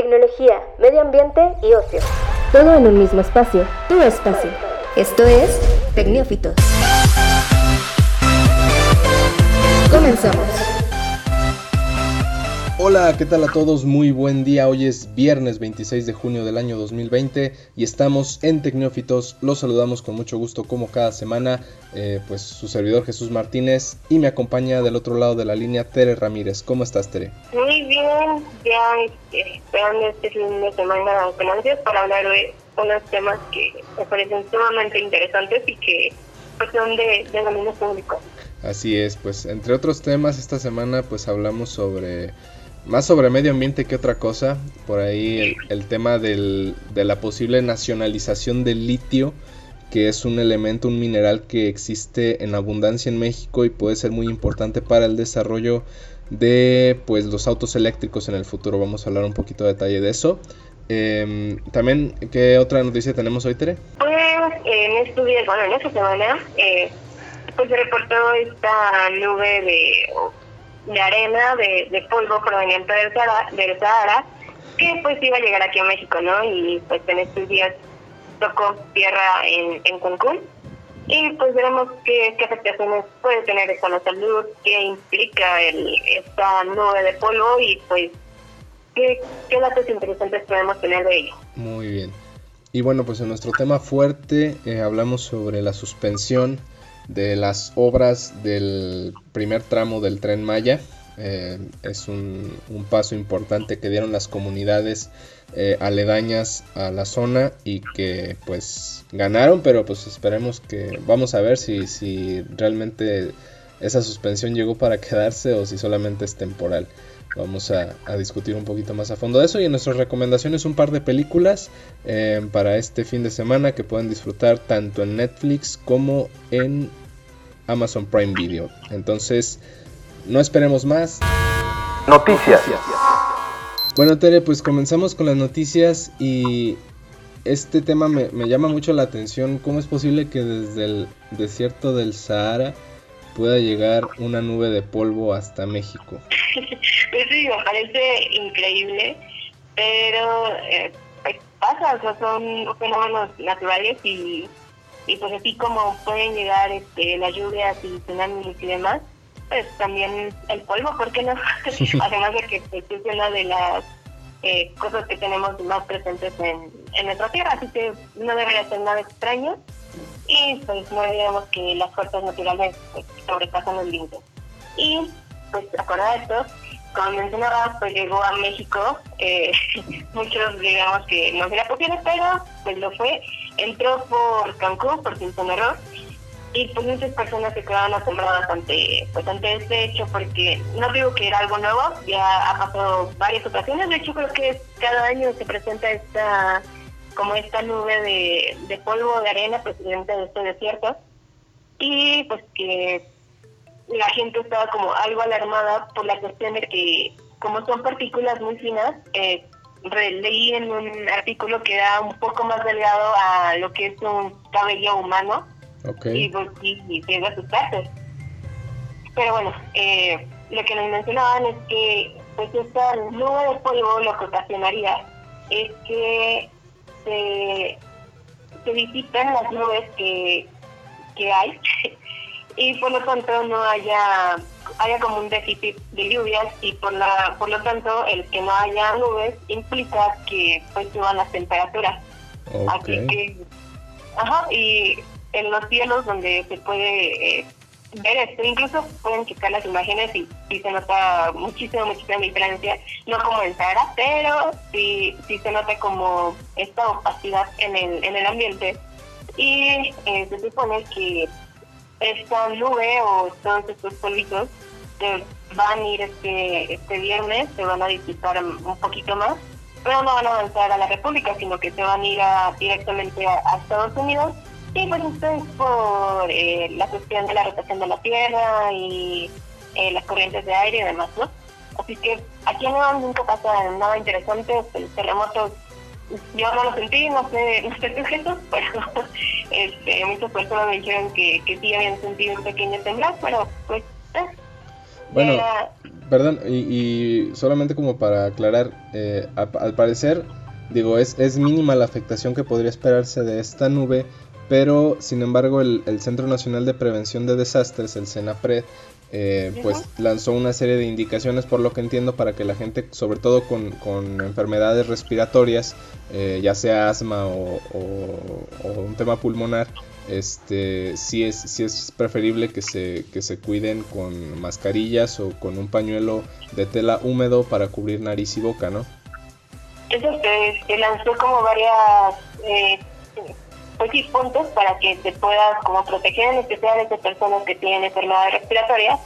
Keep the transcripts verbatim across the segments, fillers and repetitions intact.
tecnología, medio ambiente y ocio. Todo en un mismo espacio, tu espacio. Esto es Tecnófitos. Comenzamos. Hola, ¿qué tal a todos? Muy buen día. Hoy es viernes veintiséis de junio del año dos mil veinte y estamos en Tecnófitos. Los saludamos con mucho gusto como cada semana, eh, pues su servidor Jesús Martínez, y me acompaña del otro lado de la línea Tere Ramírez. ¿Cómo estás, Tere? Muy bien, ya eh, esperando este fin de semana con ansias para hablar de unos temas que me parecen sumamente interesantes y que pues, son de, de dominio público. Así es, pues entre otros temas esta semana pues hablamos sobre... más sobre medio ambiente que otra cosa. Por ahí el, el tema del, de la posible nacionalización del litio, que es un elemento, un mineral que existe en abundancia en México y puede ser muy importante para el desarrollo de pues los autos eléctricos en el futuro. Vamos a hablar un poquito de detalle de eso. Eh, también, ¿qué otra noticia tenemos hoy, Tere? Pues en estos días, bueno, en esta semana, eh, pues se reportó esta nube de... de arena, de, de polvo proveniente del Sahara, del Sahara, que pues iba a llegar aquí a México, ¿no? Y pues en estos días tocó tierra en, en Cancún. Y pues veremos qué, qué afectaciones puede tener esto a la salud, qué implica el, esta nube de polvo y pues qué, qué datos interesantes podemos tener de ello. Muy bien. Y bueno, pues en nuestro tema fuerte eh, hablamos sobre la suspensión de las obras del primer tramo del Tren Maya. Eh, es un, un paso importante que dieron las comunidades eh, aledañas a la zona y que pues ganaron, pero pues esperemos que, vamos a ver si, si realmente esa suspensión llegó para quedarse o si solamente es temporal. Vamos a, a discutir un poquito más a fondo de eso, y en nuestras recomendaciones un par de películas eh, para este fin de semana que pueden disfrutar tanto en Netflix como en Amazon Prime Video. Entonces, no esperemos más. Noticias. Bueno, Tere, pues comenzamos con las noticias y este tema me, me llama mucho la atención. ¿Cómo es posible que desde el desierto del Sahara pueda llegar una nube de polvo hasta México? Pues sí, me parece increíble, pero eh, pasa, o sea, son fenómenos naturales y, y pues así como pueden llegar este, las lluvias y tsunamis y demás, pues también el polvo, ¿por qué no? Además de que pues, es una de las eh, cosas que tenemos más presentes en, en nuestra tierra, así que no debería ser nada extraño y pues no olvidemos que las fuerzas naturales pues, sobrepasan los límites. Y pues acordado de esto, como mencionaba, pues llegó a México, eh, muchos digamos que no sería posible, pero pues lo fue, entró por Cancún, por Quintana Roo, y pues muchas personas se quedaron asombradas ante, pues ante este hecho, porque no digo que era algo nuevo, ya ha pasado varias ocasiones, de hecho creo que cada año se presenta esta, como esta nube de, de polvo, de arena procedente de este desierto, y pues que la gente estaba como algo alarmada por la cuestión de que, como son partículas muy finas, eh, leí en un artículo que era un poco más delgado a lo que es un cabello humano, okay. y pues sí, y llega a asustarse. Pero bueno, eh, lo que nos mencionaban es que pues esta nube de polvo lo que ocasionaría es que se, se disipan las nubes que, que hay y por lo tanto no haya haya como un déficit de lluvias y por la por lo tanto el que no haya nubes implica que pues suban las temperaturas. Okay. Así que ajá, y en los cielos donde se puede eh, ver esto, incluso pueden checar las imágenes y, y se nota muchísimo muchísima diferencia, no como en Sahara, pero sí sí se nota como esta opacidad en el en el ambiente y eh, se supone que esta nube o todos estos polvitos se van a ir este este viernes, se van a disipar un poquito más, pero no van a avanzar a la República, sino que se van a ir a, directamente a, a Estados Unidos, y pues esto es por eh, la cuestión de la rotación de la Tierra y eh, las corrientes de aire y demás, ¿no? Así que aquí no nunca pasa nada interesante, el terremoto yo no lo sentí, no sé, no sé qué gestos, pero este, muchas personas me dijeron que, que sí habían sentido un pequeño temblor, pero pues... Eh. Bueno, Era... perdón, y, y solamente como para aclarar, eh, a, al parecer, digo, es, es mínima la afectación que podría esperarse de esta nube, pero sin embargo el, el Centro Nacional de Prevención de Desastres, el CENAPRED, eh, uh-huh. pues lanzó una serie de indicaciones, por lo que entiendo, para que la gente, sobre todo con, con enfermedades respiratorias, eh, ya sea asma o, o, o un tema pulmonar, este sí es sí es preferible que se que se cuiden con mascarillas o con un pañuelo de tela húmedo para cubrir nariz y boca, ¿no? Eso se, se lanzó como varias eh, pues sí, puntos para que te puedas como proteger, en especial de personas que tienen enfermedades respiratorias,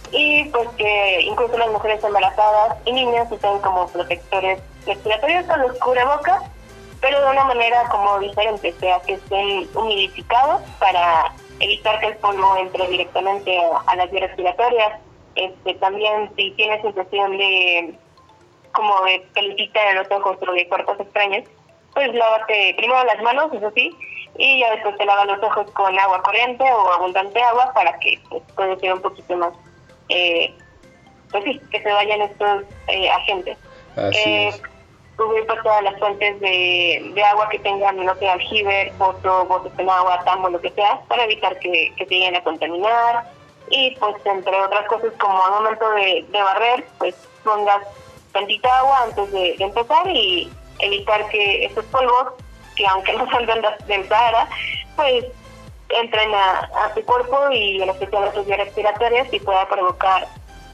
y pues que incluso las mujeres embarazadas y niños usan como protectores respiratorios con los cubrebocas, pero de una manera como diferente, o sea, que estén humidificados para evitar que el polvo entre directamente a las vías respiratorias. Este, también si tienes sensación de como de pelucita en los ojos o de cuerpos extraños, pues lávate primero las manos, eso sí, y ya después te lavas los ojos con agua corriente o abundante agua para que pues, pueda ser un poquito más, eh, pues sí, que se vayan estos eh, agentes. Así eh, es. Cubrir por todas las fuentes de, de agua que tengan, no sé, aljibe, pozo, botes en agua, tambo, lo que sea, para evitar que, que se lleguen a contaminar. Y pues entre otras cosas, como al momento de, de barrer, pues pongas tantita agua antes de, de empezar y evitar que estos polvos, que aunque no son del, del Sahara, pues entren a, a tu cuerpo y en especial a tus vías respiratorias y pueda provocar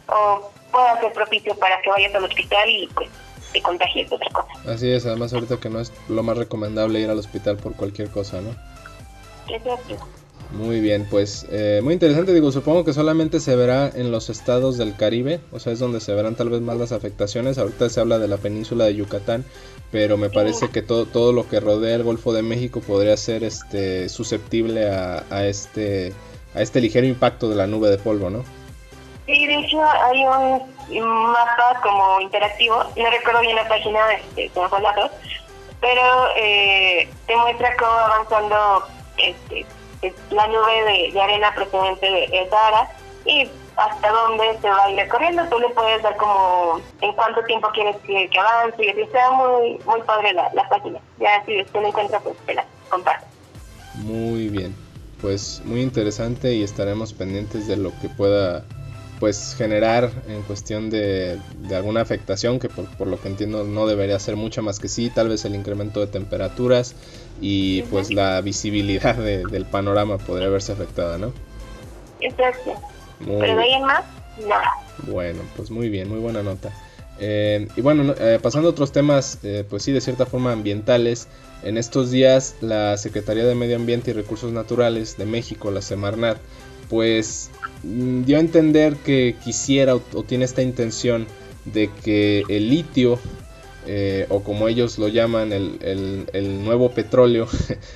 o pueda ser propicio para que vayas al hospital y pues te contagies de otra cosa. Así es, además ahorita que no es lo más recomendable ir al hospital por cualquier cosa, ¿no? Exacto. Muy bien, pues eh, muy interesante, digo, supongo que solamente se verá en los estados del Caribe, o sea, es donde se verán tal vez más las afectaciones. Ahorita se habla de la península de Yucatán, pero me parece que todo todo lo que rodea el Golfo de México podría ser este susceptible a, a este a este ligero impacto de la nube de polvo, ¿no? Sí, de hecho hay un mapa como interactivo, no recuerdo bien la página, este, con los datos, pero eh, te muestra cómo va avanzando este, la nube de, de arena procedente del Sahara y hasta dónde se va a ir recorriendo. Tú le puedes dar como en cuánto tiempo quieres que, que avance, y así está muy muy padre la, la página. Ya si usted lo encuentra, pues te la comparto. Muy bien, pues muy interesante y estaremos pendientes de lo que pueda pues generar en cuestión de, de alguna afectación, que por, por lo que entiendo no debería ser mucha, más que sí, tal vez el incremento de temperaturas y uh-huh. pues la visibilidad de, del panorama podría verse afectada, ¿no? Exacto. Muy Pero de ahí en más, nada. Bueno, pues muy bien, muy buena nota. Eh, y bueno, eh, pasando a otros temas, eh, pues sí, de cierta forma ambientales. En estos días la Secretaría de Medio Ambiente y Recursos Naturales de México, la Semarnat, pues dio a entender que quisiera o, o tiene esta intención de que el litio, eh, o como ellos lo llaman, el, el, el nuevo petróleo,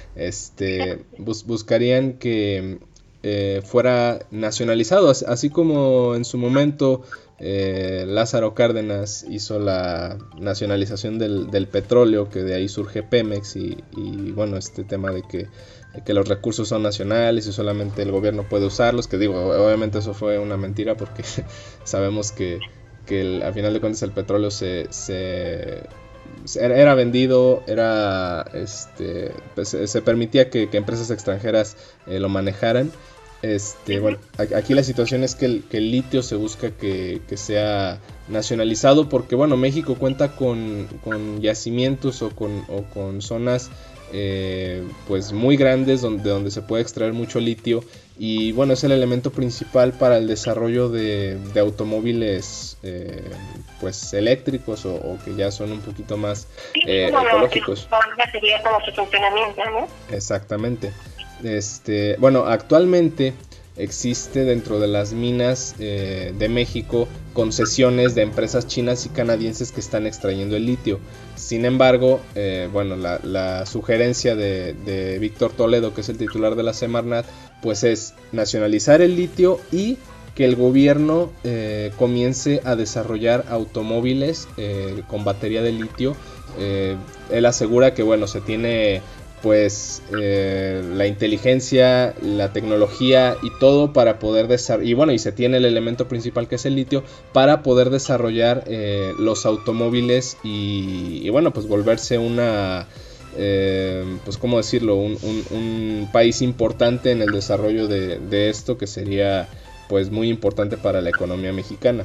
este, bus, buscarían que eh, fuera nacionalizado, así como en su momento eh, Lázaro Cárdenas hizo la nacionalización del, del petróleo, que de ahí surge Pemex y, y bueno, este tema de que que los recursos son nacionales y solamente el gobierno puede usarlos, que digo, obviamente eso fue una mentira porque sabemos que, que el, al final de cuentas el petróleo se, se, se era vendido, era este pues, se permitía que, que empresas extranjeras eh, lo manejaran. Este, bueno, aquí la situación es que el, que el litio se busca que, que sea nacionalizado porque bueno, México cuenta con, con yacimientos o con, o con zonas Eh, pues muy grandes donde, donde se puede extraer mucho litio y bueno, es el elemento principal para el desarrollo de, de automóviles eh, pues eléctricos o, o que ya son un poquito más eh, ecológicos. Sería como su funcionamiento, ¿no? Exactamente. Este, bueno, actualmente existe dentro de las minas eh, de México concesiones de empresas chinas y canadienses que están extrayendo el litio. Sin embargo, eh, bueno, la, la sugerencia de, de Víctor Toledo, que es el titular de la Semarnat, pues es nacionalizar el litio y que el gobierno eh, comience a desarrollar automóviles eh, con batería de litio. Eh, él asegura que bueno, se tiene pues eh, la inteligencia, la tecnología y todo para poder desarrollar, y bueno, y se tiene el elemento principal que es el litio, para poder desarrollar eh, los automóviles y, y bueno, pues volverse una, eh, pues cómo decirlo, un, un, un país importante en el desarrollo de, de esto, que sería pues muy importante para la economía mexicana.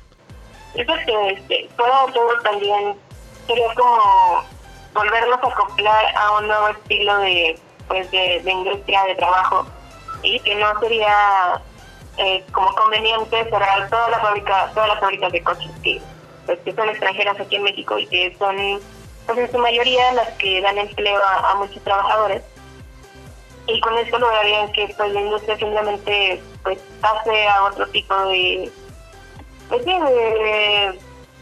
Exacto, este, todo, todo también sería como volvernos a acoplar a un nuevo estilo de pues de, de industria de trabajo, y que no sería eh, como conveniente cerrar toda la fábrica, todas las fábricas de coches que pues que son extranjeras aquí en México y que son pues en su mayoría las que dan empleo a, a muchos trabajadores, y con esto lograrían que pues la industria simplemente pues pase a otro tipo de pues sí, de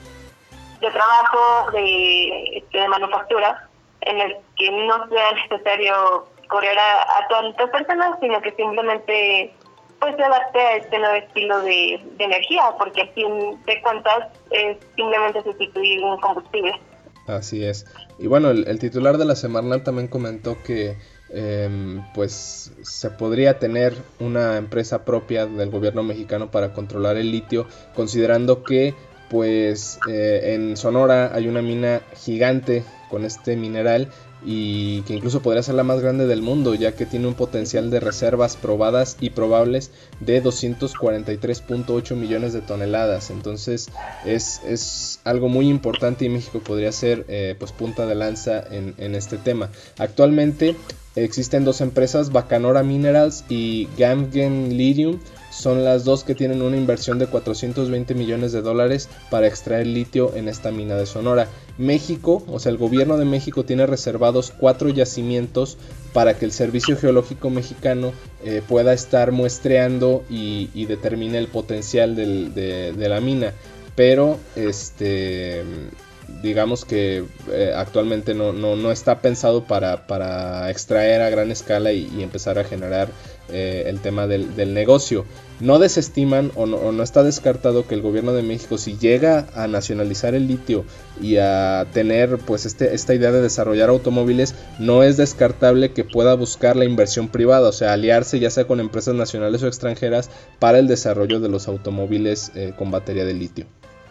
de trabajo, de, de manufactura, en el que no sea necesario correr a, a todas estas personas, sino que simplemente pues se adapte a este nuevo estilo de, de energía, porque al fin de cuentas es simplemente sustituir un combustible. Así es. Y bueno, el, el titular de la Semarnat también comentó que eh, pues se podría tener una empresa propia del gobierno mexicano para controlar el litio, considerando que pues eh, en Sonora hay una mina gigante con este mineral y que incluso podría ser la más grande del mundo, ya que tiene un potencial de reservas probadas y probables de doscientos cuarenta y tres punto ocho millones de toneladas. Entonces es, es algo muy importante y México podría ser eh, pues punta de lanza en, en este tema. Actualmente existen dos empresas, Bacanora Minerals y Gamgen Lithium. Son las dos que tienen una inversión de cuatrocientos veinte millones de dólares para extraer litio en esta mina de Sonora. México, o sea, el gobierno de México tiene reservados cuatro yacimientos para que el Servicio Geológico Mexicano eh, pueda estar muestreando y, y determine el potencial del, de, de la mina. Pero, este... digamos que eh, actualmente no, no, no está pensado para, para extraer a gran escala y, y empezar a generar eh, el tema del, del negocio. No desestiman o no, o no está descartado que el gobierno de México, si llega a nacionalizar el litio y a tener pues este, esta idea de desarrollar automóviles, no es descartable que pueda buscar la inversión privada, o sea, aliarse ya sea con empresas nacionales o extranjeras para el desarrollo de los automóviles eh, con batería de litio.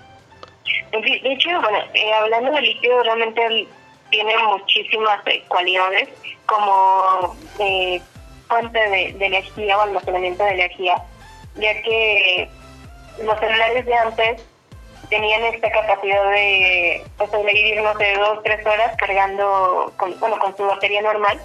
De hecho, bueno, eh, hablando de litio, realmente tiene muchísimas eh, cualidades como eh, fuente de, de energía o almacenamiento de energía, ya que los celulares de antes tenían esta capacidad de pues, sobrevivir, no sé, dos, tres horas cargando con, bueno, con su batería normal,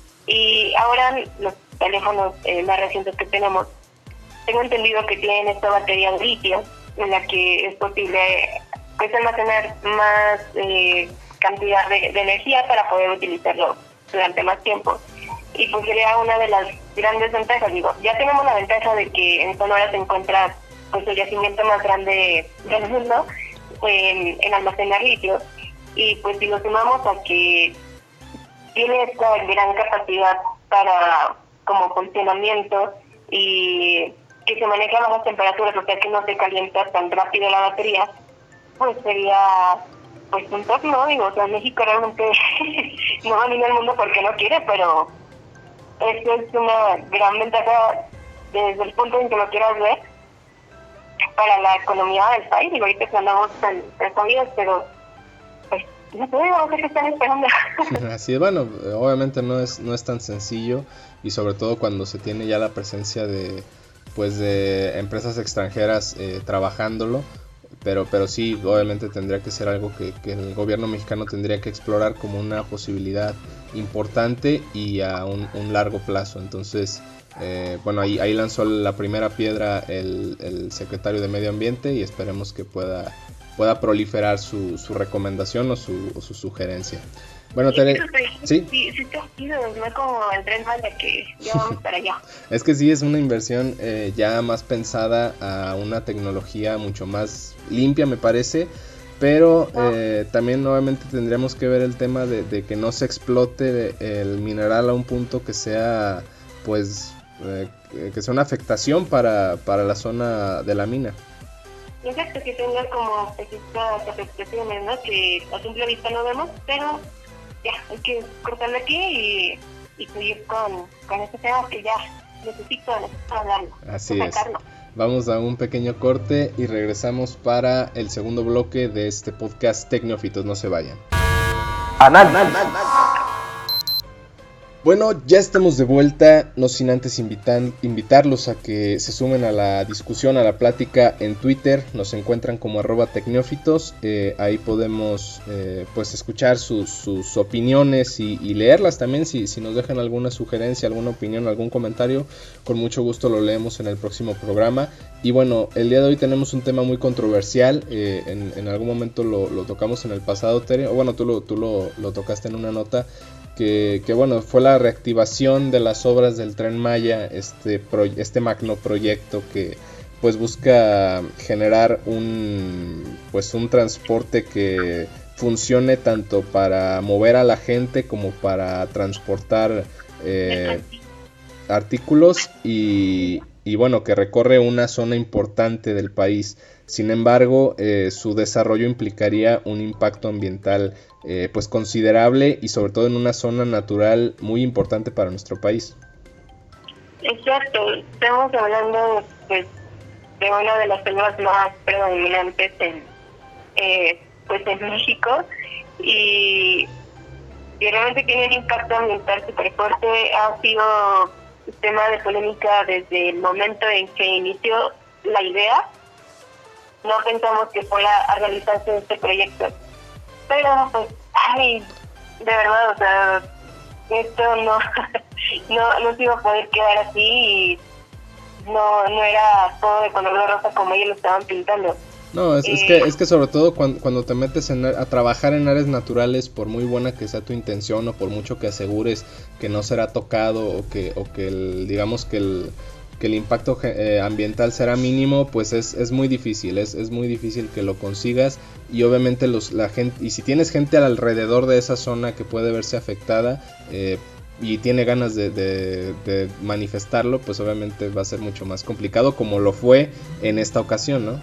y ahora los teléfonos eh, más recientes que tenemos, tengo entendido que tienen esta batería de litio en la que es posible pues almacenar más eh, cantidad de, de energía para poder utilizarlo durante más tiempo. Y pues sería una de las grandes ventajas. Digo, ya tenemos la ventaja de que en Sonora se encuentra pues el yacimiento más grande del mundo en, en almacenar litio, y pues si lo sumamos a que tiene esta gran capacidad para como funcionamiento y que se maneja a bajas temperaturas, o sea que no se calienta tan rápido la batería, pues sería pues un top, ¿no? Digo, o sea, México realmente no domina el mundo porque no quiere, pero eso es una gran ventaja desde el punto en que lo quieras ver para la economía del país. Digo, ahorita que andamos tan perdidos, pero pues no sé, vamos a ver qué están esperando. Así es, bueno, obviamente no es, no es tan sencillo, y sobre todo cuando se tiene ya la presencia de pues de empresas extranjeras eh, trabajándolo. Pero, pero sí, obviamente tendría que ser algo que, que el gobierno mexicano tendría que explorar como una posibilidad importante y a un, un largo plazo. Entonces, eh, bueno, ahí, ahí lanzó la primera piedra el, el secretario de Medio Ambiente, y esperemos que pueda, pueda proliferar su, su recomendación o su, o su sugerencia. Bueno, Tere, sí, sí, sí, te pido, no como el Tren Maya que ya vamos para allá. Es que sí, es una inversión eh, ya más pensada a una tecnología mucho más limpia, me parece, pero eh, también nuevamente tendríamos que ver el tema de, de que no se explote el mineral a un punto que sea, pues, eh, que sea una afectación para, para la zona de la mina. Exacto, que tenga como estas afectaciones, ¿no? Que a simple vista no vemos, pero ya, hay que cortarlo aquí y, y seguir con, con este tema que ya necesito, necesito hablarlo. Así es. Vamos a un pequeño corte y regresamos para el segundo bloque de este podcast Tecnófitos. No se vayan. Análisis. Bueno, ya estamos de vuelta, no sin antes invitar, invitarlos a que se sumen a la discusión, a la plática en Twitter. Nos encuentran como arroba tecnófitos, eh, ahí podemos eh, pues escuchar sus, sus opiniones y, y leerlas también. Si, si nos dejan alguna sugerencia, alguna opinión, algún comentario, con mucho gusto lo leemos en el próximo programa. Y bueno, el día de hoy tenemos un tema muy controversial, eh, en, en algún momento lo, lo tocamos en el pasado, Tere, o bueno, tú lo, tú lo, lo tocaste en una nota. Que, que bueno, fue la reactivación de las obras del Tren Maya, este, pro, este magno proyecto que pues busca generar un, pues un transporte que funcione tanto para mover a la gente como para transportar eh, artículos y, y bueno, que recorre una zona importante del país. Sin embargo, eh, su desarrollo implicaría un impacto ambiental eh, pues considerable y sobre todo en una zona natural muy importante para nuestro país. Exacto, estamos hablando pues de una de las selvas más predominantes en eh, pues en México y, y realmente tiene un impacto ambiental súper fuerte. Ha sido tema de polémica desde el momento en que inició la idea. No pensamos que fuera a realizarse este proyecto, pero pues, ay, de verdad, o sea, esto no, no, no se iba a poder quedar así y no, no era todo de color de rosa como ellos lo estaban pintando. No, es, eh, es que es que sobre todo cuando, cuando te metes en, a trabajar en áreas naturales, por muy buena que sea tu intención o por mucho que asegures que no será tocado o que, o que el, digamos que el que el impacto eh, ambiental será mínimo, pues es, es muy difícil, es, es muy difícil que lo consigas y obviamente los, la gente, y si tienes gente alrededor de esa zona que puede verse afectada eh, y tiene ganas de, de, de manifestarlo, pues obviamente va a ser mucho más complicado como lo fue en esta ocasión, ¿no?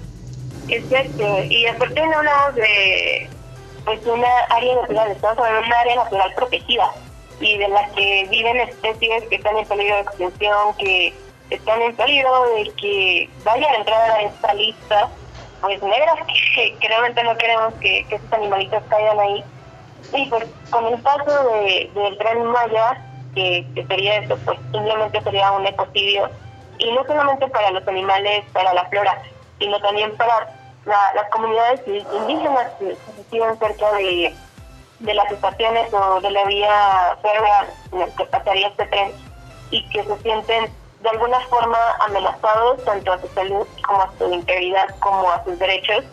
Exacto, y aparte no hablamos de pues una área natural, estamos hablando de una área natural protegida y de las que viven especies que están en peligro de extinción, que están en peligro de que vayan a entrar a esta lista, pues negras, que, que realmente no queremos que, que esos animalitos caigan ahí. Y pues con el paso de, del Tren Maya, que, que sería eso, pues simplemente sería un ecocidio, y no solamente para los animales, para la flora, sino también para la, las comunidades indígenas que viven cerca de de las estaciones o de la vía férrea en la que pasaría este tren y que se sienten de alguna forma amenazados tanto a su salud como a su integridad como a sus derechos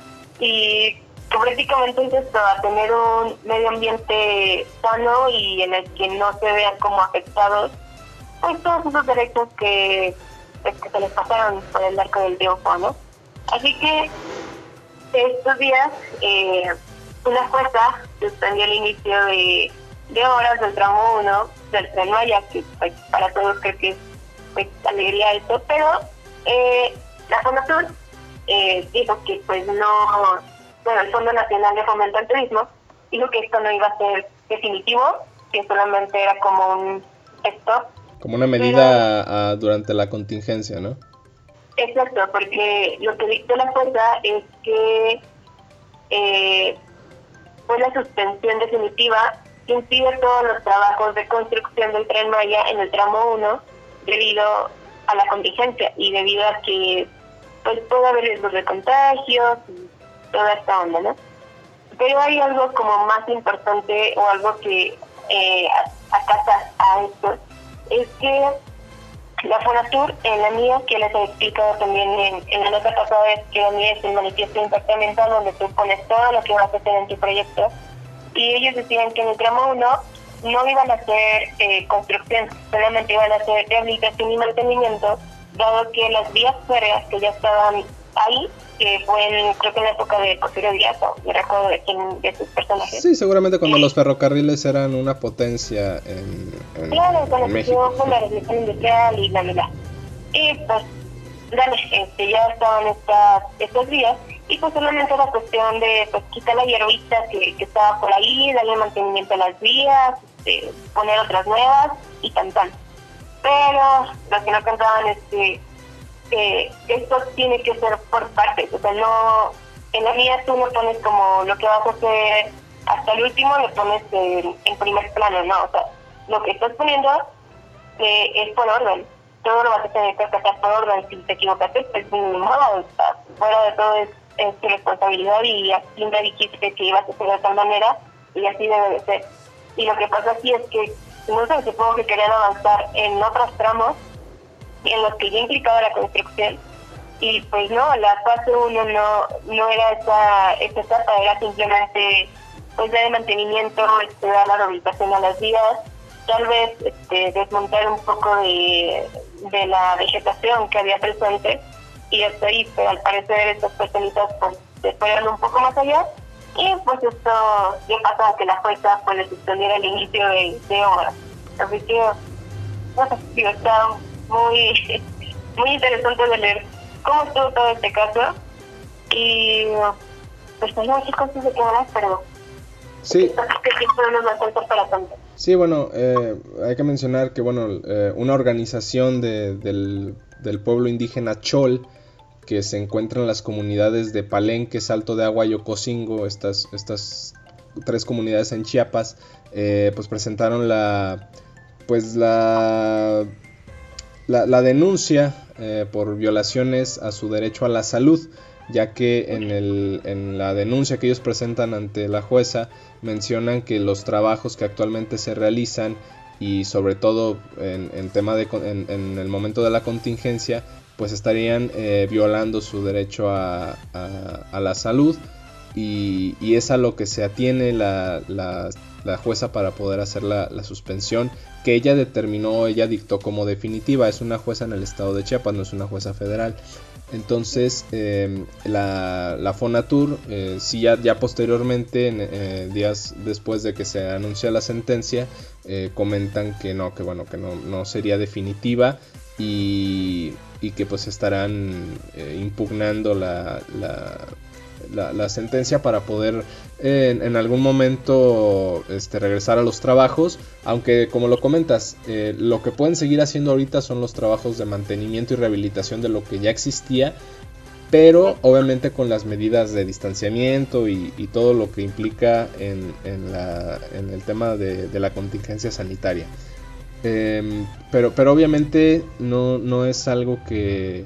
y prácticamente es esto, a tener un medio ambiente sano y en el que no se vean como afectados pues todos esos derechos que, pues, que se les pasaron por el arco del triunfo, ¿no? Así que estos días eh, una jueza suspendió el inicio de, de horas del tramo uno del Tren Maya, que pues, para todos creo que es pues, alegría eso, pero eh, la Fonatur eh, dijo que pues no, bueno, el Fondo Nacional de Fomento al Turismo dijo que esto no iba a ser definitivo, que solamente era como un stop. Como una medida pero, a, durante la contingencia, ¿no? Exacto, porque lo que dictó la jueza es que eh, fue la suspensión definitiva que impide todos los trabajos de construcción del Tren Maya en el tramo uno debido a la contingencia y debido a que pues puede haber riesgos de contagios y toda esta onda, ¿no? Pero hay algo como más importante o algo que eh, acata a esto, es que la Fonatur, en la mía, que les he explicado también en, en la nota pasada, es que la mía es el manifiesto de impacto ambiental donde tú pones todo lo que vas a hacer en tu proyecto y ellos decían que en el tramo uno no iban a hacer eh, construcción, solamente iban a hacer rehabilitación y mantenimiento, dado que las vías férreas que ya estaban ahí, que fue en, creo que en la época de Porfirio Díaz, o me recuerdo de quién de sus personajes. Sí, seguramente cuando eh, los ferrocarriles eran una potencia en, en, claro, cuando en México. Con la revolución industrial y bla, bla, bla. Y pues, dale, este, ya estaban estas, estas vías y pues solamente era cuestión de pues quitar la hierbita que, que estaba por ahí, darle mantenimiento a las vías, este, poner otras nuevas y tan tan. Pero los que no cantaban es que, que esto tiene que ser por partes, o sea, no, en la mía tú no pones como lo que vas a hacer hasta el último, lo pones en, en primer plano, no, o sea, lo que estás poniendo eh, es por orden, todo lo vas a tener que acatar por orden, si te equivocaste, pues ni modo, o sea, fuera de todo es, es tu responsabilidad y así me dijiste que ibas a hacer de tal manera y así debe de ser. Y lo que pasa aquí es que, no sé, supongo que querían avanzar en otros tramos en los que ya implicaba la construcción y pues no, la fase uno no, no era esa, esa etapa, era simplemente pues de mantenimiento, este, dar la rehabilitación a las vías, tal vez este, desmontar un poco de, de la vegetación que había presente y hasta ahí, pero al parecer estas personitas pues se fueron un poco más allá y pues esto ya pasó que la jueza pues les suspendiera el inicio de, de obras. Así que no sé, digo, está muy, muy interesante de leer cómo estuvo todo este caso y pues no sé qué cosas se quedarán, pero sí. que siempre nos va a contar para tanto. Sí, bueno, eh, hay que mencionar que bueno, eh, una organización de, del, del pueblo indígena Chol, que se encuentra en las comunidades de Palenque, Salto de Agua y Ocosingo, estas, estas tres comunidades en Chiapas, eh, pues presentaron la, pues la, la, la denuncia eh, por violaciones a su derecho a la salud, ya que en, el, en la denuncia que ellos presentan ante la jueza mencionan que los trabajos que actualmente se realizan y sobre todo en, en tema de en, en el momento de la contingencia pues estarían eh, violando su derecho a, a, a la salud y, y es a lo que se atiene la, la, la jueza para poder hacer la, la suspensión que ella determinó, ella dictó como definitiva. Es una jueza en el estado de Chiapas, no es una jueza federal. Entonces eh, la, la Fonatur eh, sí ya, ya posteriormente, en, eh, días después de que se anuncia la sentencia, eh, comentan que no, que bueno, que no, no sería definitiva y, y que pues estarán eh, impugnando la, la, la, la sentencia para poder eh, en, en algún momento este, regresar a los trabajos, aunque como lo comentas, eh, lo que pueden seguir haciendo ahorita son los trabajos de mantenimiento y rehabilitación de lo que ya existía, pero obviamente con las medidas de distanciamiento y, y todo lo que implica en, en, la, en el tema de, de la contingencia sanitaria. Eh, pero, pero obviamente no, no es algo que,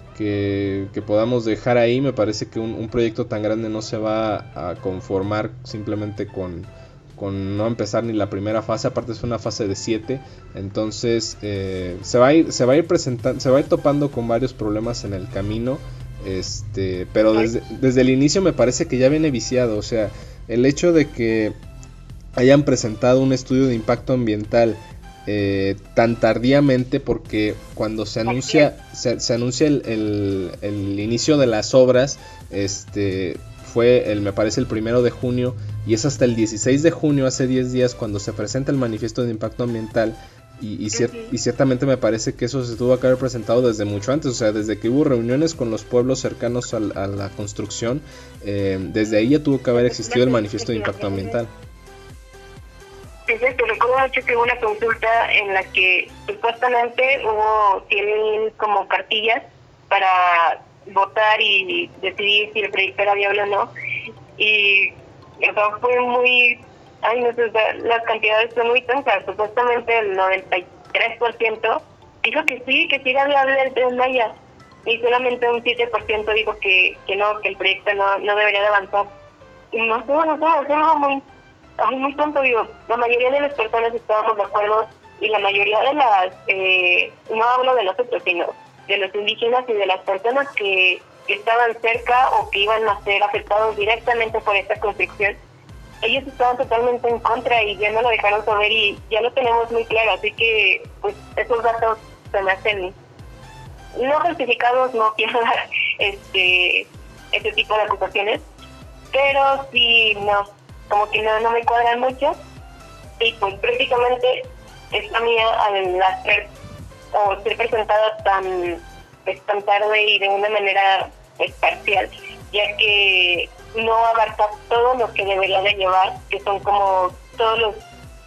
que, que podamos dejar ahí. Me parece que un, un proyecto tan grande no se va a conformar simplemente con, con no empezar ni la primera fase. Aparte es una fase de siete, entonces eh, se va a ir, se va a ir presentando, se va a ir topando con varios problemas en el camino. Este, pero desde, desde el inicio me parece que ya viene viciado. O sea, el hecho de que hayan presentado un estudio de impacto ambiental Eh, tan tardíamente, porque cuando se anuncia se, se anuncia el, el, el inicio de las obras, este fue el me parece el primero de junio y es hasta el dieciséis de junio, hace diez días, cuando se presenta el manifiesto de impacto ambiental y, y, cier- y ciertamente me parece que eso se tuvo que haber presentado desde mucho antes, o sea, desde que hubo reuniones con los pueblos cercanos a, a la construcción, eh, desde ahí ya tuvo que haber existido el manifiesto de impacto ambiental. Exacto, recuerdo mucho que hubo una consulta en la que supuestamente hubo, tienen como cartillas para votar y decidir si el proyecto era viable o no. Y o sea, fue muy, ay no sé, las cantidades son muy tensas. Supuestamente el noventa y tres por ciento dijo que sí, que sí era viable el Tren Maya. Y solamente un siete por ciento dijo que, que no, que el proyecto no, no debería de avanzar. Y no sé, no sé, es algo muy... A mí muy tonto, digo, la mayoría de las personas estábamos de acuerdo y la mayoría de las, eh, no hablo de nosotros, sino de los indígenas y de las personas que, que estaban cerca o que iban a ser afectados directamente por esta construcción, ellos estaban totalmente en contra y ya no lo dejaron saber y ya lo tenemos muy claro, así que pues esos datos se me hacen no justificados, no quiero dar este, este tipo de acusaciones, pero sí, no. Como que no, no me cuadran mucho y pues prácticamente esta mía al hacer o ser presentada tan, pues, tan tarde y de una manera pues, parcial ya que no abarca todo lo que debería de llevar, que son como todos los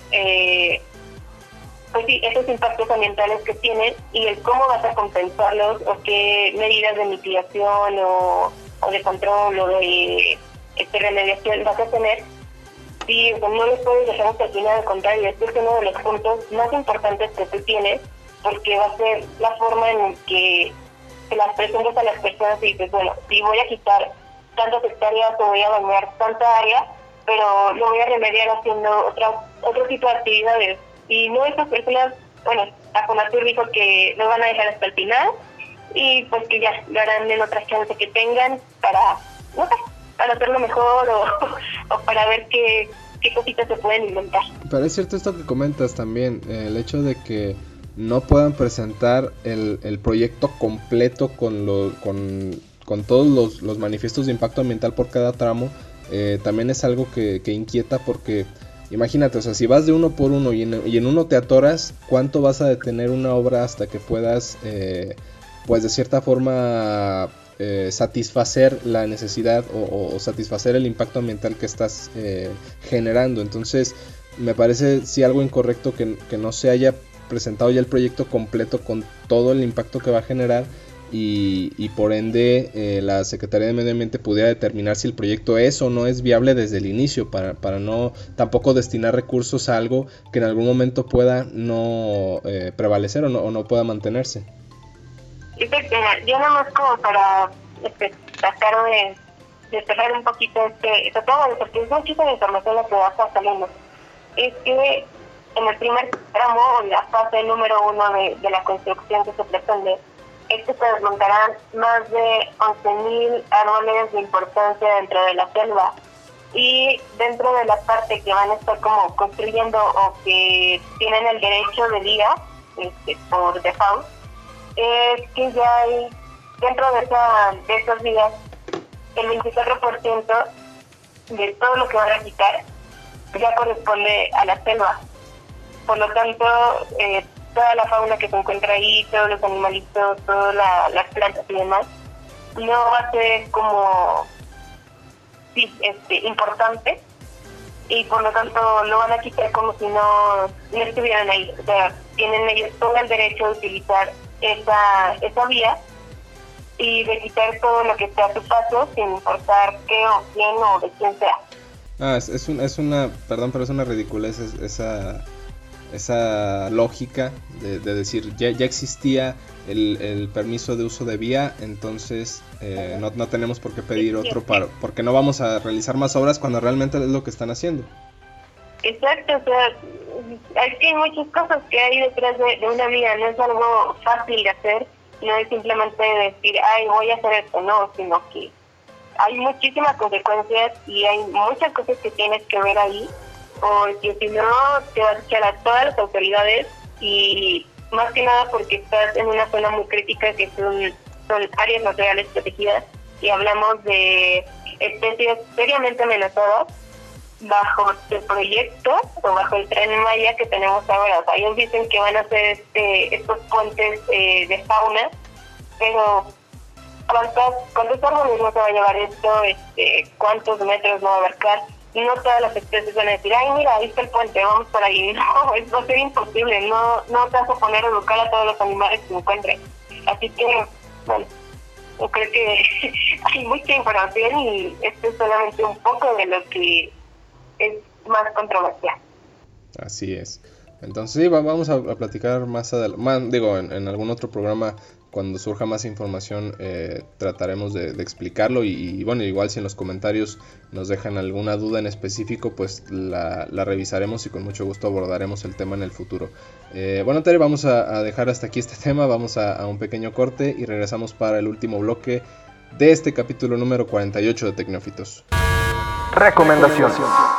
eh, pues sí, esos impactos ambientales que tienen y el cómo vas a compensarlos o qué medidas de mitigación o, o de control o de este, remediación vas a tener. Sí, pues no les puedes dejar hasta el final, al contrario, este es uno de los puntos más importantes que tú tienes, porque va a ser la forma en que se las presentas a las personas y dices, bueno, si voy a quitar tantas hectáreas o voy a bañar tanta área, pero lo voy a remediar haciendo otra, otro tipo de actividades. Y no, esas personas, bueno, a Fonatur dijo que lo van a dejar hasta el final y pues que ya lo harán en otra chance que tengan para, no sé, para hacerlo mejor o, o para ver qué, qué cositas se pueden inventar. Pero es cierto esto que comentas también, eh, el hecho de que no puedan presentar el, el proyecto completo con, lo, con, con todos los, los manifiestos de impacto ambiental por cada tramo, eh, también es algo que, que inquieta porque imagínate, o sea, si vas de uno por uno y en, y en uno te atoras, ¿cuánto vas a detener una obra hasta que puedas, eh, pues de cierta forma, eh, satisfacer la necesidad o, o satisfacer el impacto ambiental que estás eh, generando? Entonces, me parece sí algo incorrecto que, que no se haya presentado ya el proyecto completo con todo el impacto que va a generar. Y, y por ende eh, la Secretaría de Medio Ambiente pudiera determinar si el proyecto es o no es viable desde el inicio para, para no tampoco destinar recursos a algo que en algún momento pueda no eh, prevalecer o no, o no pueda mantenerse. Exacto, yo nada más como para este, tratar de, de cerrar un poquito este, este tema, porque es muchísima información la que va a estar saliendo. Es que en el primer tramo, la fase número uno de, de la construcción que se pretende, es que se desmontarán más de once mil árboles de importancia dentro de la selva. Y dentro de la parte que van a estar como construyendo o que tienen el derecho de día, este, por default, es que ya hay, dentro de, esa, de esos días, el veinticuatro por ciento de todo lo que van a quitar ya corresponde a la selva. Por lo tanto, eh, toda la fauna que se encuentra ahí, todos los animalitos, todas la, las plantas y demás, no va a ser como sí, este, importante y por lo tanto lo van a quitar como si no, no estuvieran ahí. O sea, tienen ellos todo el derecho de utilizar esa, esa vía y de quitar todo lo que esté a su paso sin importar qué o quién o de quién sea. Ah, es, es, un, es una, perdón, pero es una ridiculez esa... esa lógica de, de decir ya, ya existía el, el permiso de uso de vía, entonces eh, no, no tenemos por qué pedir otro para, porque no vamos a realizar más obras cuando realmente es lo que están haciendo. Exacto, o sea, es que hay muchas cosas que hay detrás de, de una vía, no es algo fácil de hacer, no es simplemente decir, ay, voy a hacer esto, no, sino que hay muchísimas consecuencias y hay muchas cosas que tienes que ver ahí, porque si no te vas a echar a todas las autoridades y más que nada porque estás en una zona muy crítica que son, son áreas naturales protegidas y hablamos de especies seriamente amenazadas bajo el proyecto o bajo el Tren Maya que tenemos ahora. O sea, ellos dicen que van a hacer este, estos puentes eh, de fauna, pero ¿cuántos, cuántos árboles no se va a llevar esto? Este, ¿Cuántos metros no va a abarcar? Y no todas las especies van a decir, ay, mira, ahí está el puente, vamos por ahí. No, es, va a ser imposible, no, no te vas a poner a educar a todos los animales que se encuentren. Así que, bueno, yo creo que hay mucha información y esto es solamente un poco de lo que es más controversial. Así es. Entonces sí, vamos a, a platicar más adelante, digo, en, en algún otro programa. Cuando surja más información eh, trataremos de, de explicarlo y, y bueno, igual si en los comentarios nos dejan alguna duda en específico, pues la, la revisaremos y con mucho gusto abordaremos el tema en el futuro. Eh, bueno, Tere, vamos a, a dejar hasta aquí este tema, vamos a, a un pequeño corte y regresamos para el último bloque de este capítulo número cuarenta y ocho de Tecnófitos. Recomendaciones.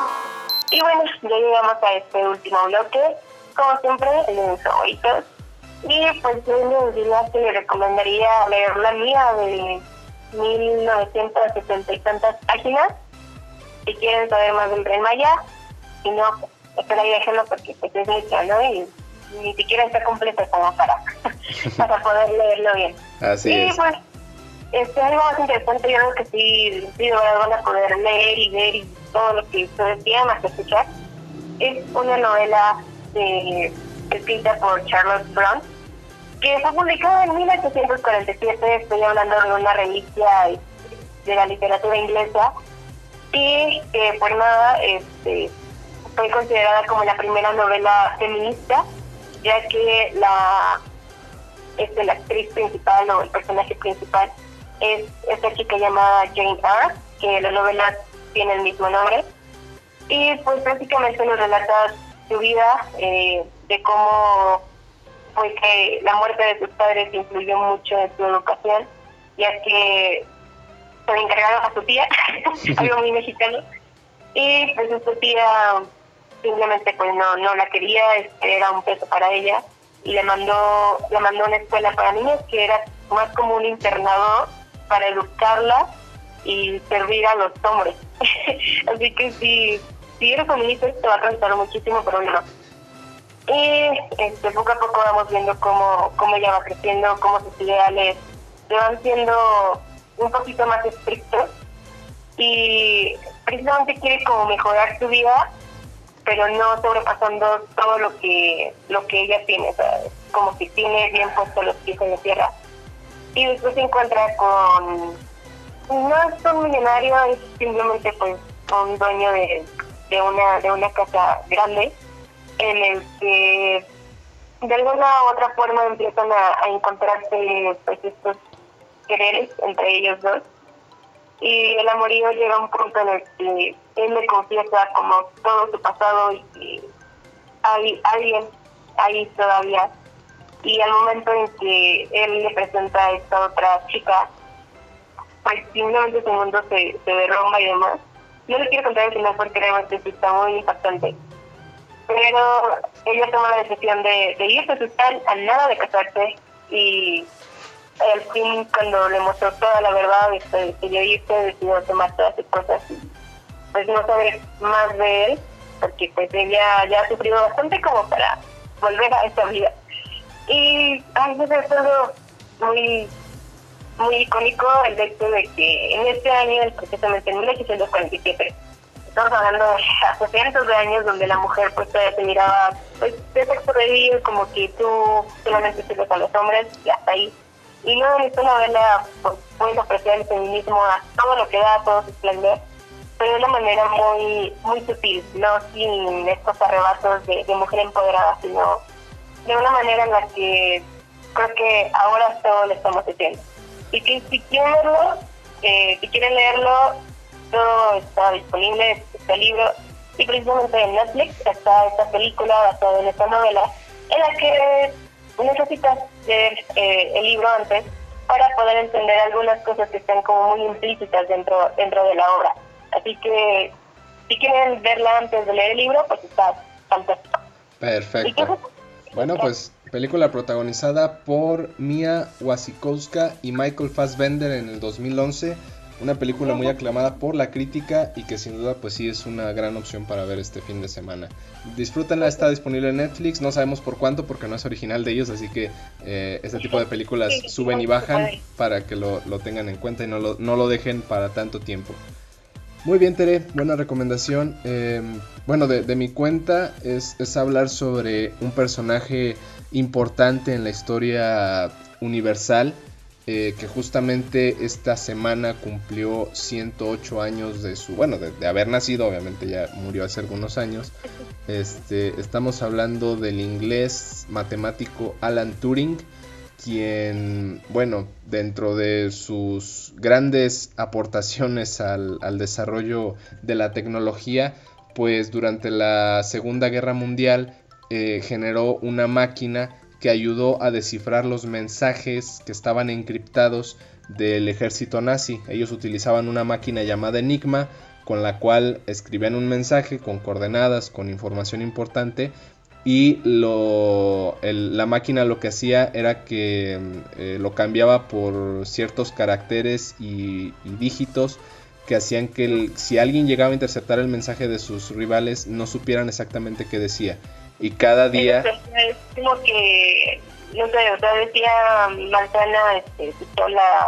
Y bueno, ya llegamos a este último bloque, como siempre, el de mis favoritos. Y pues yo les diría que le recomendaría leer la mía de mil novecientos setenta y tantas páginas si quieren saber más del Tren Maya. Si no, espera y déjenlo porque pues es mucho, ¿no? Y ni siquiera está completo como para, para poder leerlo bien. Así y es. pues este, algo más interesante, yo creo que sí, sí, de verdad van a poder leer y ver y todo lo que ustedes quieran más que escuchar. Es una novela de, escrita por Charlotte Brontë, que fue publicada en mil ochocientos cuarenta y siete. Estoy hablando de una reliquia de la literatura inglesa, y que por nada este, fue considerada como la primera novela feminista, ya que la, este, la actriz principal o el personaje principal es esta chica llamada Jane Eyre, que la novela tiene el mismo nombre, y pues prácticamente nos relata su vida, eh, de cómo fue que la muerte de sus padres influyó mucho en su educación, ya que se le encargaron a su tía, algo muy mexicano, y pues su tía simplemente pues no no la quería, este, era un peso para ella, y le mandó le mandó a una escuela para niños que era más como un internado para educarla y servir a los hombres. Así que si, si eres feminista te va a causar muchísimo problema. Y este, poco a poco vamos viendo cómo, cómo ella va creciendo, cómo sus ideales se van siendo un poquito más estrictos, y precisamente quiere como mejorar su vida, pero no sobrepasando todo lo que lo que ella tiene, o sea, como que tiene bien puestos los pies en la tierra. Y después se encuentra con, no es un millonario, es simplemente pues un dueño de, de una de una casa grande, en el que de alguna u otra forma empiezan a, a encontrarse pues estos quereres entre ellos dos, y el amorío llega a un punto en el que él le confiesa como todo su pasado y que hay alguien ahí todavía, y al momento en que él le presenta a esta otra chica, pues simplemente su mundo se, se derrumba y demás. No le quiero contar el final porque realmente sí está muy impactante, pero ella toma la decisión de, de irse, su tal a nada de casarse, y al fin cuando le mostró toda la verdad, este, decidió irse, decidió tomar todas sus cosas y pues no saber más de él, porque pues ella ya ha sufrido bastante como para volver a esa vida. Y ay, pues es todo muy muy icónico el hecho de que en este año, precisamente en mil ochocientos cuarenta y siete, estamos hablando de hace cientos de años, donde la mujer pues todavía se miraba pues de sexo débil, como que tú solamente sirves a los hombres y hasta ahí. Y no en esta novela pues, puedes apreciar el feminismo a todo lo que da, a todo su esplendor, pero de una manera muy muy sutil, no sin estos arrebatos de, de mujer empoderada, sino de una manera en la que creo que ahora todo lo estamos haciendo. Y que si quieren verlo, eh, si quieren leerlo, todo está disponible, este libro, y precisamente en Netflix está esta película basada en esta novela, en la que necesitas leer eh, el libro antes para poder entender algunas cosas que están como muy implícitas dentro dentro de la obra. Así que si quieren verla antes de leer el libro, pues está fantástico. Perfecto. Bueno, pues película protagonizada por Mia Wasikowska y Michael Fassbender en el dos mil once. Una película muy aclamada por la crítica y que sin duda pues sí es una gran opción para ver este fin de semana. Disfrútenla, está disponible en Netflix, no sabemos por cuánto porque no es original de ellos, así que eh, este tipo de películas suben y bajan para que lo, lo tengan en cuenta y no lo, no lo dejen para tanto tiempo. Muy bien, Tere, buena recomendación. Eh, bueno, de, de mi cuenta es, es hablar sobre un personaje importante en la historia universal, eh, que justamente esta semana cumplió ciento ocho años de su, bueno, de, de haber nacido, obviamente ya murió hace algunos años. Este, estamos hablando del inglés matemático Alan Turing, quien, bueno, dentro de sus grandes aportaciones al, al desarrollo de la tecnología, pues durante la Segunda Guerra Mundial eh, generó una máquina que ayudó a descifrar los mensajes que estaban encriptados del ejército nazi. Ellos utilizaban una máquina llamada Enigma, con la cual escribían un mensaje con coordenadas, con información importante, y lo, el, la máquina lo que hacía era que eh, lo cambiaba por ciertos caracteres y, y dígitos que hacían que el, si alguien llegaba a interceptar el mensaje de sus rivales no supieran exactamente qué decía. Y cada día... Es como que, no sé, o sea, decía manzana, este, pistola,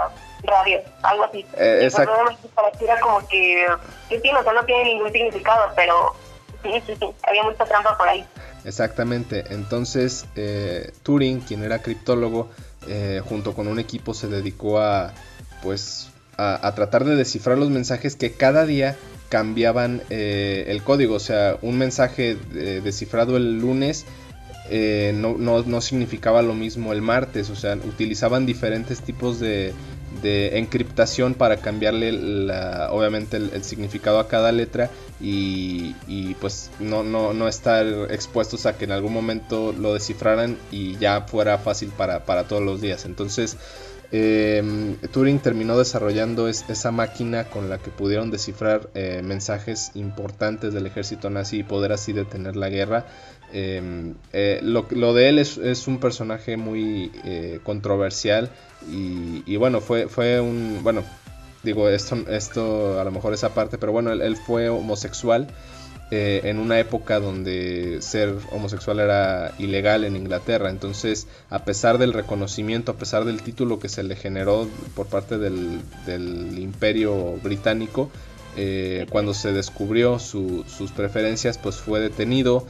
radio, algo así. Eh, y exacto. pues obviamente pareciera como que, que sí, o sea, no tiene ningún significado, pero sí, sí, sí, había mucha trampa por ahí. Exactamente, entonces eh, Turing, quien era criptólogo, eh, junto con un equipo se dedicó a, pues, a, a tratar de descifrar los mensajes que cada día cambiaban eh, el código. O sea, un mensaje eh, descifrado el lunes eh, no, no, no significaba lo mismo el martes. O sea, utilizaban diferentes tipos de, de encriptación para cambiarle la, obviamente el, el significado a cada letra y, y pues no, no, no estar expuestos a que en algún momento lo descifraran y ya fuera fácil para, para todos los días. Entonces eh, Turing terminó desarrollando es, esa máquina con la que pudieron descifrar eh, mensajes importantes del ejército nazi y poder así detener la guerra. Eh, eh, lo, lo de él es, es un personaje muy eh, controversial y, y bueno, fue, fue un, bueno, digo esto, esto a lo mejor esa parte, pero bueno, él, él fue homosexual eh, en una época donde ser homosexual era ilegal en Inglaterra. Entonces, a pesar del reconocimiento, a pesar del título que se le generó por parte del, del Imperio Británico, eh, cuando se descubrió su, sus preferencias, pues fue detenido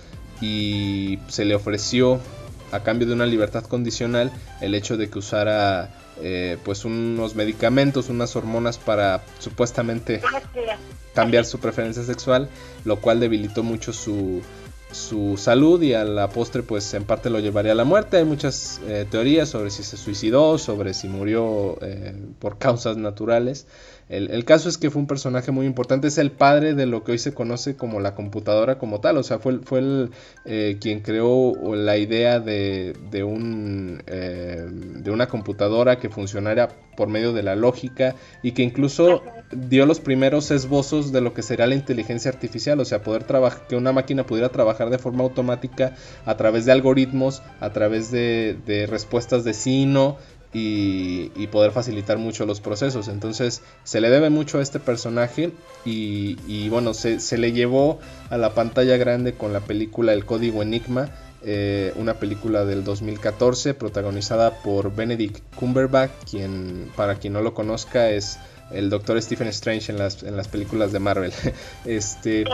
y se le ofreció a cambio de una libertad condicional el hecho de que usara eh, pues unos medicamentos, unas hormonas para supuestamente cambiar su preferencia sexual, lo cual debilitó mucho su, su salud y a la postre pues en parte lo llevaría a la muerte. Hay muchas eh, teorías sobre si se suicidó, sobre si murió eh, por causas naturales. El, el caso es que fue un personaje muy importante, es el padre de lo que hoy se conoce como la computadora como tal. O sea, fue, fue el eh, quien creó la idea de, de, un, eh, de una computadora que funcionara por medio de la lógica y que incluso dio los primeros esbozos de lo que sería la inteligencia artificial. O sea, poder trabajar, que una máquina pudiera trabajar de forma automática a través de algoritmos, a través de, de respuestas de sí y no. Y, y poder facilitar mucho los procesos. Entonces se le debe mucho a este personaje y, y bueno, se, se le llevó a la pantalla grande con la película El Código Enigma, eh, una película del dos mil catorce protagonizada por Benedict Cumberbatch, quien, para quien no lo conozca, es el Doctor Stephen Strange en las, en las películas de Marvel. este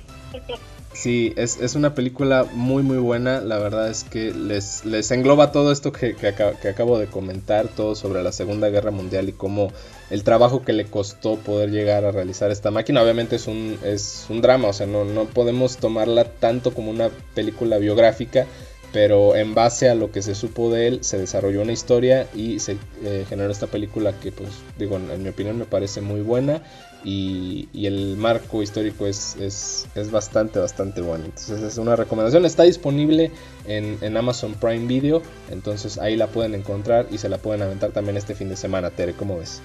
Sí, es, es una película muy muy buena. La verdad es que les, les engloba todo esto que, que, acabo, que acabo de comentar, todo sobre la Segunda Guerra Mundial y cómo el trabajo que le costó poder llegar a realizar esta máquina. Obviamente es un, es un drama, o sea, no, no podemos tomarla tanto como una película biográfica, pero en base a lo que se supo de él se desarrolló una historia y se eh, generó esta película que, pues digo, en mi opinión me parece muy buena y, y el marco histórico es, es, es bastante bastante bueno. Entonces es una recomendación, está disponible en, en Amazon Prime Video, entonces ahí la pueden encontrar y se la pueden aventar también este fin de semana. Tere, ¿cómo ves?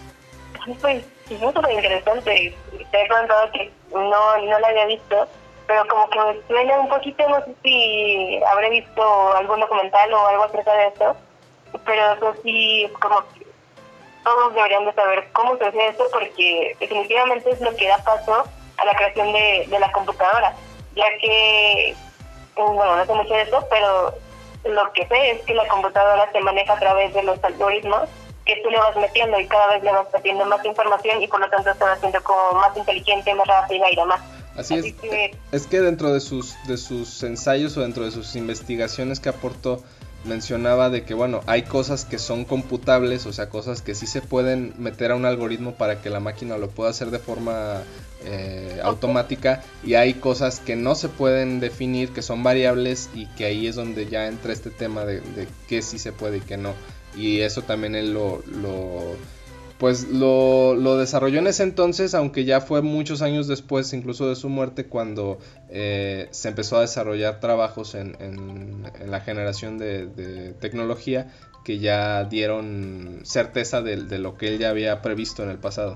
Pues sí, es súper interesante. Te he contado que no, no la había visto, pero como que me suena un poquito, no sé si habré visto algún documental o algo acerca de esto, pero eso sí, como que todos deberían de saber cómo se hace eso, porque definitivamente es lo que da paso a la creación de, de la computadora, ya que, bueno, no sé mucho de eso, pero lo que sé es que la computadora se maneja a través de los algoritmos que tú le vas metiendo y cada vez le vas metiendo más información y por lo tanto se va haciendo como más inteligente, más rápida y demás. Así, Así es, que... es que dentro de sus, de sus ensayos o dentro de sus investigaciones que aportó, mencionaba de que bueno, hay cosas que son computables, o sea, cosas que sí se pueden meter a un algoritmo para que la máquina lo pueda hacer de forma eh, automática, y hay cosas que no se pueden definir, que son variables, y que ahí es donde ya entra este tema de, de qué sí se puede y qué no, y eso también él lo... lo pues lo, lo desarrolló en ese entonces, aunque ya fue muchos años después, incluso de su muerte, cuando eh, se empezó a desarrollar trabajos en, en, en la generación de, de tecnología que ya dieron certeza de, de lo que él ya había previsto en el pasado.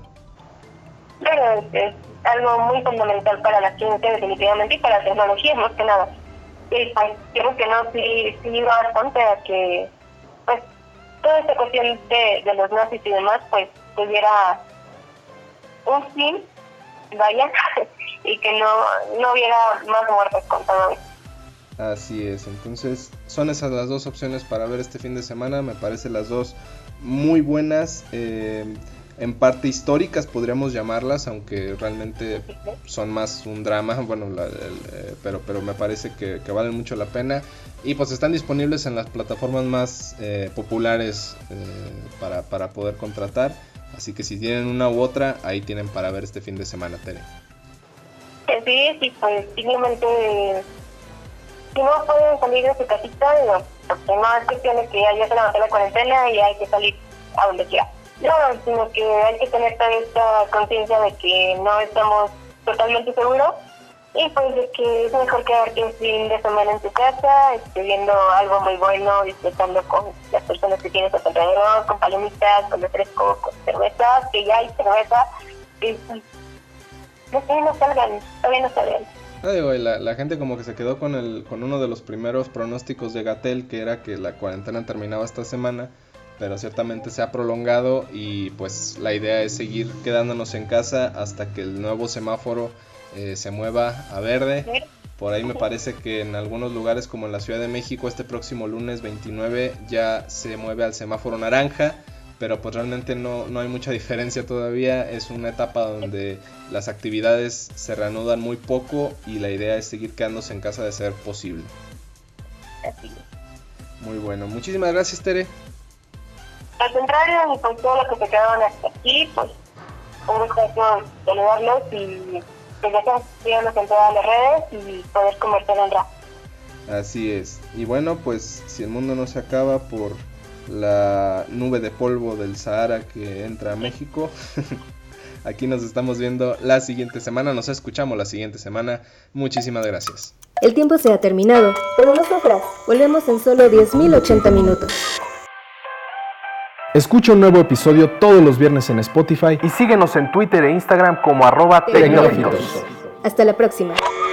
Claro, es algo muy fundamental para la ciencia definitivamente y para la tecnología más que nada. Y pues creo que no, sí, sí va bastante a que pues toda esta cuestión de, de los nazis y demás, pues tuviera un fin, vaya, y que no, no hubiera más muertes con todo esto. Así es, entonces son esas las dos opciones para ver este fin de semana, me parece las dos muy buenas, eh, en parte históricas podríamos llamarlas, aunque realmente son más un drama, bueno, la, el, eh, pero, pero me parece que, que valen mucho la pena, y pues están disponibles en las plataformas más eh, populares eh, para, para poder contratar, así que si tienen una u otra, ahí tienen para ver este fin de semana, Tere. Sí, sí, pues simplemente si no pueden salir de su casita, no, porque no es cuestión de que ya se levantó la cuarentena y hay que salir a donde quiera. No, sino que hay que tener toda esta conciencia de que no estamos totalmente seguros y pues de que es mejor quedarte un fin de semana en tu casa, este, viendo algo muy bueno, disfrutando con las personas que tienes a tu alrededor, con palomitas, con refresco, con cerveza, que ya hay cerveza, y pues, no sé, no salgan, todavía no salgan. Ah, digo, la, la gente como que se quedó con el con uno de los primeros pronósticos de Gatell, que era que la cuarentena terminaba esta semana, pero ciertamente se ha prolongado y pues la idea es seguir quedándonos en casa hasta que el nuevo semáforo eh, se mueva a verde. Por ahí me parece que en algunos lugares como en la Ciudad de México este próximo lunes veintinueve ya se mueve al semáforo naranja, pero pues realmente no, no hay mucha diferencia todavía. Es una etapa donde las actividades se reanudan muy poco y la idea es seguir quedándose en casa de ser posible. Muy bueno, muchísimas gracias, Tere. Al contrario, y con todo lo que se quedaron hasta aquí, pues un gusto saludarlos y que ya síganos en todas las redes y poder conversar en rato. Así es. Y bueno, pues si el mundo no se acaba por la nube de polvo del Sahara que entra a México, aquí nos estamos viendo la siguiente semana, nos escuchamos la siguiente semana. Muchísimas gracias. El tiempo se ha terminado, pero nosotras volvemos en solo diez mil ochenta minutos. Escucha un nuevo episodio todos los viernes en Spotify y síguenos en Twitter e Instagram como arroba tecnológicos. Hasta la próxima.